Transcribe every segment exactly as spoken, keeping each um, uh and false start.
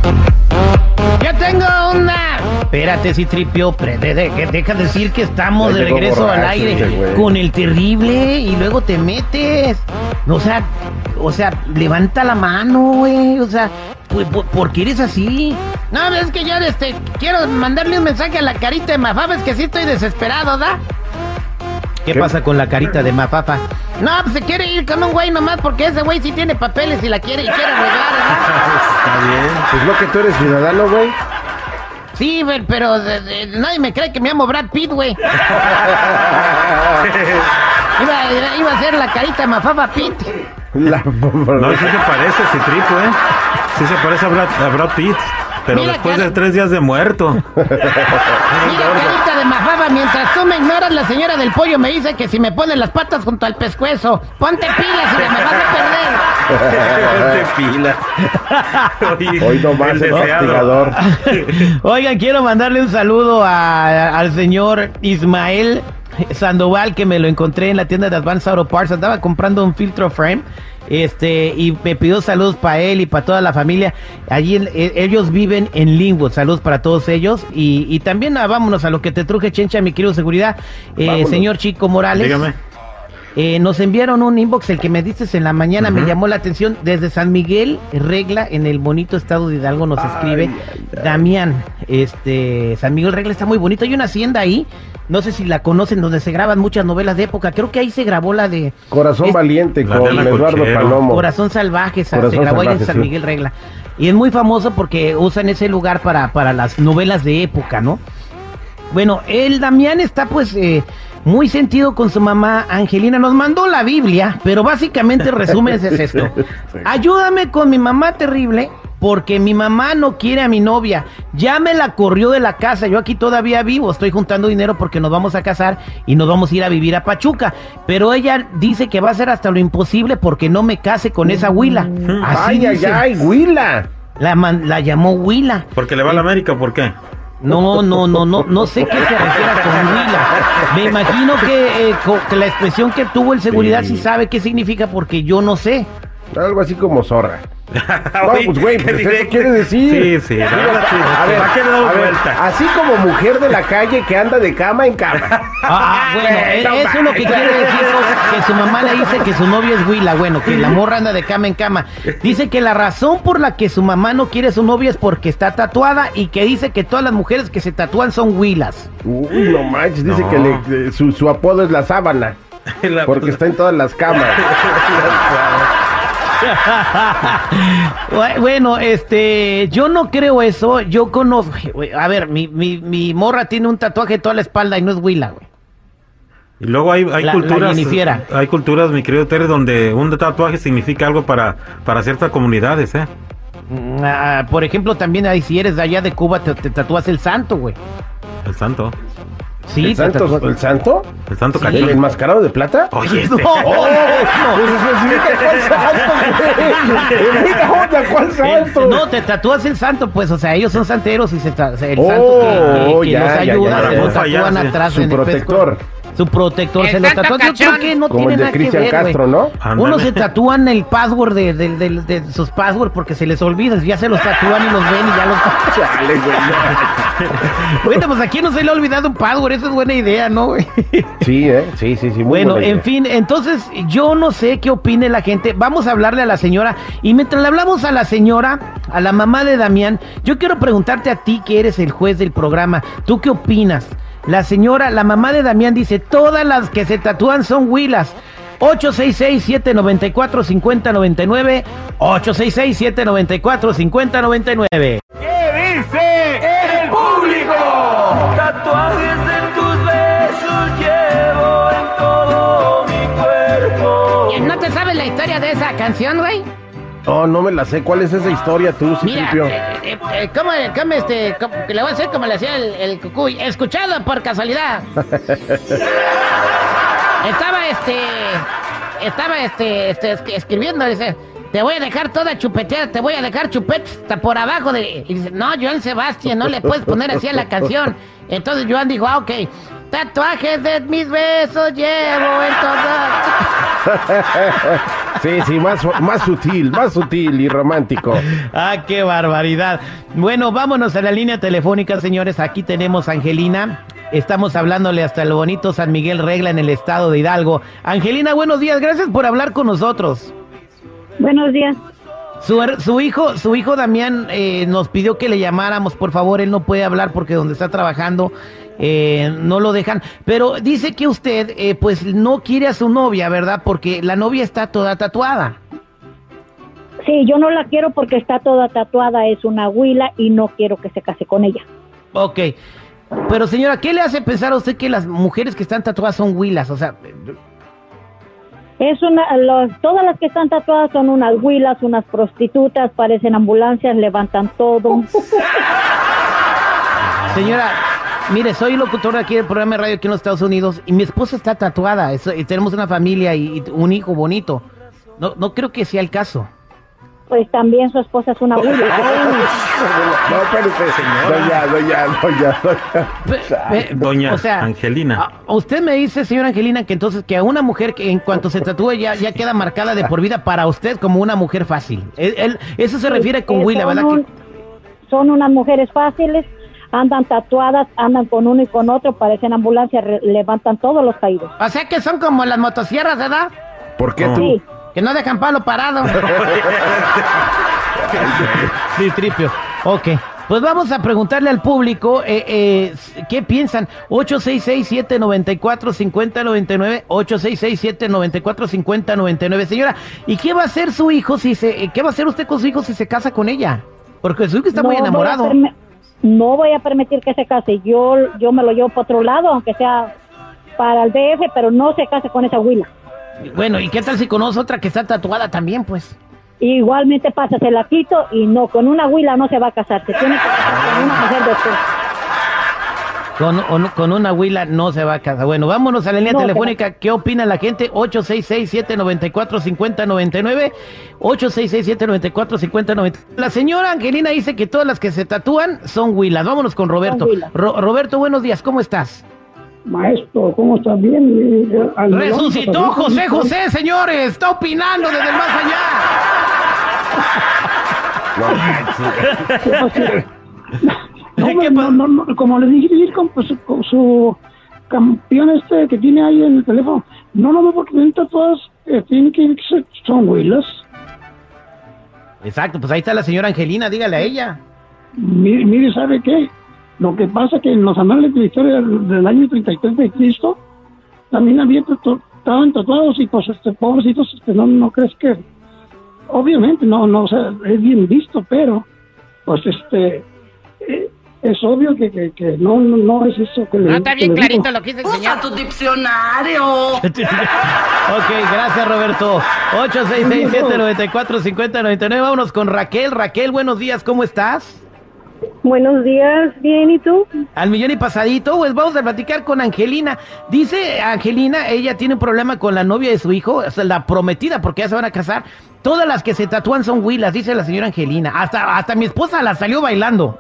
Yo tengo una... Espérate, Citripio, pre- de- de- deja de decir que estamos Ya de llegó regreso al borracho aire este güey. con el terrible y luego te metes. O sea, o sea, levanta la mano, güey. O sea, ¿por, por, por qué eres así? No, es que yo este, quiero mandarle un mensaje a la carita de Mafafa, es que sí estoy desesperado, ¿da? ¿Qué, ¿Qué? pasa con la carita de Mafafa? No, pues se quiere ir con un güey nomás porque ese güey sí tiene papeles y la quiere y quiere arreglar, ¿verdad? Está bien. Pues no que tú eres ciudadano, güey. Sí, pero, pero de- de- nadie me cree que me llamo Brad Pitt, güey. Iba, iba a ser la carita de Mafafa Pitt. La... No, sí se parece, Citripo, ¿eh? Sí se parece a Brad, a Brad Pitt. Pero Mira, después cara. de tres días de muerto. Mira, carita de Mafafa, mientras tú me ignoras, la señora del pollo me dice que si me ponen las patas junto al pescuezo, ponte pilas y me vas a perder. Ponte pilas. Oye, Hoy nomás el el deseado. castigador. Oigan, quiero mandarle un saludo a- al señor Ismael Sandoval, que me lo encontré en la tienda de Advanced Auto Parts. Andaba comprando un filtro frame. Este, y me pidió saludos para él y para toda la familia. Allí en- eh, ellos viven en Linwood. Saludos para todos ellos. Y, y también ah, vámonos a lo que te truje, Chencha, mi querido seguridad. Eh, Vámonos. señor Chico Morales. Dígame. Eh, nos enviaron un inbox, el que me dices en la mañana, me Ujú. llamó la atención. Desde San Miguel Regla, en el bonito estado de Hidalgo, nos escribe Ay, ay, ay. Damián. Este, San Miguel Regla está muy bonito. Hay una hacienda ahí, no sé si la conocen, donde se graban muchas novelas de época. Creo que ahí se grabó la de Corazón Es- Valiente La con de la Eduardo Cochero. Palomo. Corazón Salvaje. sa- Corazón se grabó ahí en Salvaje, San sí. Miguel Regla. Y es muy famoso porque usan ese lugar para, para las novelas de época, ¿no? Bueno, el Damián está pues eh, muy sentido con su mamá Angelina. Nos mandó la Biblia, pero básicamente el resumen es esto. Ayúdame con mi mamá terrible porque mi mamá no quiere a mi novia. Ya me la corrió de la casa. Yo aquí todavía vivo. Estoy juntando dinero porque nos vamos a casar y nos vamos a ir a vivir a Pachuca. Pero ella dice que va a hacer hasta lo imposible porque no me case con esa huila. Así Ay, ay, dice. ay, Huila. La, man- la llamó Huila. ¿Porque le va a la América o por qué? No, no, no, no, no sé qué se refiere con Huila. Me imagino que, eh, co- que la expresión que tuvo el seguridad sí. Sí. sabe qué significa porque yo no sé. Algo así como zorra. No, Oye, pues güey, qué pues eso directo. quiere decir. Sí, sí. Mira, A ver, ¿para qué le damos a ver, vuelta? así como mujer de la calle que anda de cama en cama. Ah, bueno, eh, No eso es lo que manches. quiere decir co- que su mamá le dice que su novia es Huila. Bueno, que la morra anda de cama en cama. Dice que la razón por la que su mamá no quiere a su novia es porque está tatuada y que dice que todas las mujeres que se tatúan son Huilas. Uy, no manches, dice No. que le- eh, su, su apodo es la sábana. La- Porque está en todas las camas. Bueno, este, yo no creo eso, yo conozco, a ver, mi, mi, mi morra tiene un tatuaje toda la espalda y no es Huila, güey. Y luego hay, hay La- la culturas, Jennifiera. hay culturas, mi querido Terry, donde un tatuaje significa algo para, para ciertas comunidades, ¿eh? Mm, ah, por ejemplo, también ahí, si eres de allá de Cuba, te, te tatúas el santo, güey. El santo. Sí, ¿El te santo? tatúas- ¿El santo? El santo Sí. ¿El cachón. enmascarado de plata? Oye, este. No, ¡Oh! Pues especifica cuál santo, güey. Mira, onda, ¿cuál el- santo? no, te tatúas el santo, pues, o sea, ellos son santeros y se ta- o sea, el Oh, santo que, que- que ya, los ya, ayuda, ya, se ya, lo ya. tatúan Ya sé. atrás Su en el protector. pescuezo. Su protector El se lo santo tatúa. Yo creo cachón. que no Como tiene el de nada que Cristian ver, Castro, güey. ¿no? Ándale. Unos se tatúan el password de, de, de, de sus passwords porque se les olvida, ya se los tatúan y los ven y ya los... Chale, güey. Bueno, pues aquí no se le ha olvidado un password, esa es buena idea, ¿no, güey? Sí, ¿eh? Sí, sí, sí. muy Bueno, buena en idea. fin, entonces yo no sé qué opine la gente. Vamos a hablarle a la señora. Y mientras le hablamos a la señora, a la mamá de Damián, yo quiero preguntarte a ti, que eres el juez del programa, ¿tú qué opinas? La señora, la mamá de Damián dice, todas las que se tatúan son Huilas. ocho seis seis, siete nueve cuatro, cinco cero nueve nueve, ocho seis seis, siete nueve cuatro, cinco cero nueve nueve. ¿Qué dice el público? Tatuajes en tus besos llevo en todo mi cuerpo. ¿No te sabes la historia de esa canción, güey? No, no me la sé. ¿Cuál es esa historia tú, Mira, Citripio? eh, eh, eh, ¿cómo, cómo este, cómo- que le voy a hacer como le hacía el, el cucuy? Escuchado por casualidad. Estaba este, estaba este, este, es- escribiendo, dice, te voy a dejar toda chupeteada, te voy a dejar chupete hasta por abajo de... Y dice, no, Joan Sebastián, no le puedes poner así a la canción. Entonces Joan dijo, ah, ok. Tatuajes de mis besos llevo en todas. Sí, sí, más, más sutil, más sutil y romántico. Ah, qué barbaridad. Bueno, vámonos a la línea telefónica, señores. Aquí tenemos a Angelina. Estamos hablándole hasta el bonito San Miguel Regla en el estado de Hidalgo. Angelina, buenos días. Gracias por hablar con nosotros. Buenos días. Su, su hijo, su hijo Damián eh, nos pidió que le llamáramos, por favor. Él no puede hablar porque donde está trabajando eh, no lo dejan. Pero dice que usted, eh, pues, no quiere a su novia, ¿verdad? Porque la novia está toda tatuada. Sí, yo no la quiero porque está toda tatuada, es una huila y no quiero que se case con ella. Ok. Pero señora, ¿qué le hace pensar a usted que las mujeres que están tatuadas son huilas? O sea... Es una, los, todas las que están tatuadas son unas huilas, unas prostitutas, parecen ambulancias, levantan todo. Señora, mire, soy locutor aquí del programa de radio aquí en los Estados Unidos y mi esposa está tatuada, es, y tenemos una familia y, y un hijo bonito. No, no creo que sea el caso. Pues también su esposa es una huila. No, espérate, señora. No, ya, no, ya, no, ya, no, ya. Pe- pe- Doña o sea, Angelina. a- a usted me dice, señora Angelina, que entonces que a una mujer que en cuanto se tatúe ya, ya queda marcada de por vida para usted como una mujer fácil. Él, él- eso se refiere con Eh, huila, son ¿verdad? un- Que- Son unas mujeres fáciles, andan tatuadas, andan con uno y con otro, parecen ambulancias, re- levantan todos los caídos. O sea que son como las motosierras, ¿verdad? ¿Por qué No. tú? Sí. Que no dejan palo parado. Sí, tripio. Ok. Pues vamos a preguntarle al público eh, eh, qué piensan. ocho seis seis, siete nueve cuatro, cinco cero nueve nueve, ocho seis seis, siete nueve cuatro, cinco cero nueve nueve. Señora, ¿y qué va a hacer su hijo si se... eh, qué va a hacer usted con su hijo si se casa con ella? Porque su hijo está muy No voy a enamorado. permi- No voy a permitir que se case. Yo, yo me lo llevo para otro lado, aunque sea para el D F, pero no se case con esa huila. Bueno, ¿y qué tal si conoce otra que está tatuada también, pues? Igualmente pasa, se la quito y no, con una huila no se va a casar. Se tiene que casar con una mujer después. Con, o no- con una huila no se va a casar. Bueno, vámonos a la línea No, telefónica. ¿Qué opina la gente? ocho seis seis, siete nueve cuatro, cinco cero nueve nueve. ocho seis seis, siete nueve cuatro, cinco cero nueve nueve. La señora Angelina dice que todas las que se tatúan son huilas. Vámonos con Roberto. huilas. Ro- Roberto, buenos días. ¿Cómo estás? Maestro, ¿cómo estás? Bien. Eh, al- Resucitó José José, señores. Está opinando desde el más allá. ¿Qué pasa? No, ¿Qué hombre, pa- no, no, no, como le dije, ir con, pues, con su campeón este que tiene ahí en el teléfono. No, no, no, porque ahorita todas eh, tienen que ser, son huilas. Exacto, pues ahí está la señora Angelina. Dígale a ella. Mire, mire, ¿sabe qué? Lo que pasa que en los anales de la historia del, del año treinta y tres de Cristo, también había tatu- estaban tatuados y pues este pobrecitos, este, no, no crees que, obviamente, no, no, o sea, es bien visto, pero, pues este, eh, es obvio que, que, que no, no, no es eso que le No, está que bien le digo. clarito lo que dice el señor. Usa tu diccionario. Ok, gracias Roberto. ocho seis seis, siete nueve cuatro, cinco cero nueve nueve. Vámonos con Raquel. Raquel, buenos días, ¿cómo estás? Buenos días, bien, ¿y tú? Al millón y pasadito, pues vamos a platicar con Angelina. Dice Angelina, ella tiene un problema con la novia de su hijo, o sea, la prometida, porque ya se van a casar. Todas las que se tatúan son huilas, dice la señora Angelina. Hasta, hasta mi esposa la salió bailando.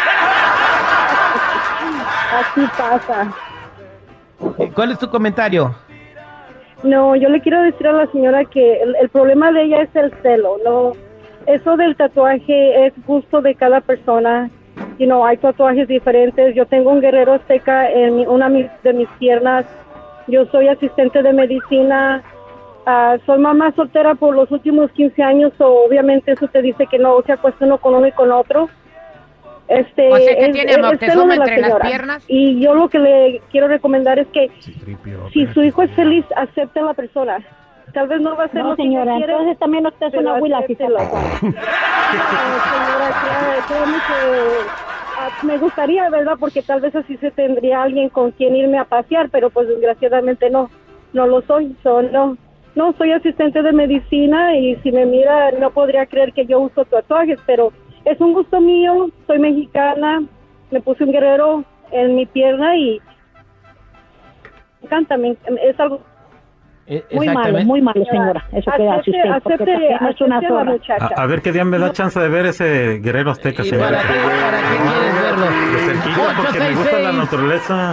Así pasa. ¿Cuál es tu comentario? No, yo le quiero decir a la señora que el, el problema de ella es el celo, no, eso del tatuaje es gusto de cada persona, you know, hay tatuajes diferentes. Yo tengo un guerrero azteca en mi- una mi- de mis piernas, yo soy asistente de medicina, ah, soy mamá soltera por los últimos quince años, o obviamente eso te dice que no se acuesta uno con uno y con otro. Este, O sea que es- tiene es- es Moctezuma celo de la entre las señora. piernas. Y yo lo que le quiero recomendar es que si su hijo es feliz, acepte a la persona. Tal vez no va a ser No, lo que señora, ella quiere, entonces también usted es pero una huila si se acéptelo. casa. No, señora, créame- créame que ah, me gustaría, ¿verdad? Porque tal vez así se tendría alguien con quien irme a pasear, pero pues desgraciadamente no, no lo soy. So, no, no, soy asistente de medicina y si me mira no podría creer que yo uso tatuajes, pero es un gusto mío, soy mexicana, me puse un guerrero en mi pierna y me encanta, me- es algo Eh, Muy malo, exactamente. muy malo, señora. Eso que hace usted, porque acepte, también es una acepte a la zorra. muchacha. A, a ver qué día me da chance de ver ese guerrero azteca, ¿Y señora. para qué, para qué quieres verlo? De cerquita, porque me gusta la naturaleza.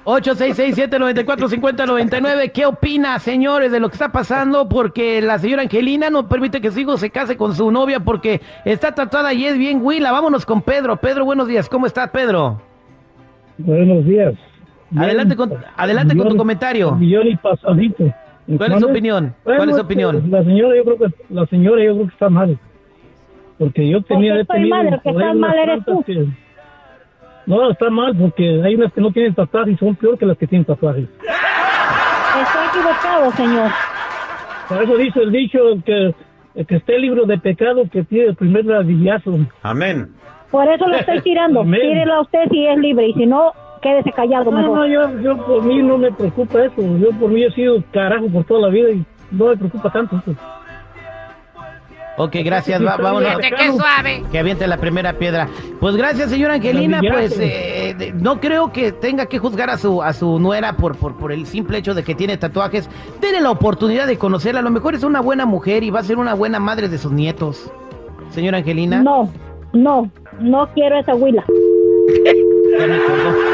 ocho seis seis, siete nueve cuatro, cinco cero nueve nueve. ¿Qué opina, señores, de lo que está pasando? Porque la señora Angelina no permite que su hijo se case con su novia porque está tatuada y es bien huila. Vámonos con Pedro. Pedro, buenos días. ¿Cómo está, Pedro? Buenos días. Adelante con, adelante con tu comentario. Millón y pasadito. ¿Cuál es su opinión? ¿Cuál Bueno, es su opinión? La señora, yo creo que la señora, yo creo que está mal. Porque yo tenía ¿Por qué estoy mal? El que por ahí está unas mal eres plantas tú. que- No, está mal porque hay unas que no tienen tatuajes y son peor que las que tienen tatuajes. Estoy equivocado, señor. Por eso dice el dicho que el que esté libre de pecado que tiene el primer ladillazo. Amén. Por eso lo estoy tirando. Amén. Tírelo a usted si es libre y si no, quédese callado No, mejor. no, yo, yo por mí no me preocupa eso. Yo por mí he sido carajo por toda la vida y no me preocupa tanto eso. Ok, gracias. Va, vámonos. ¡Qué suave! Que aviente la primera piedra. Pues gracias, señora Angelina. Pues eh, de- no creo que tenga que juzgar a su a su nuera por, por, por el simple hecho de que tiene tatuajes. Denle la oportunidad de conocerla. A lo mejor es una buena mujer y va a ser una buena madre de sus nietos. Señora Angelina. No, no, no quiero esa huila. Ya me colgó.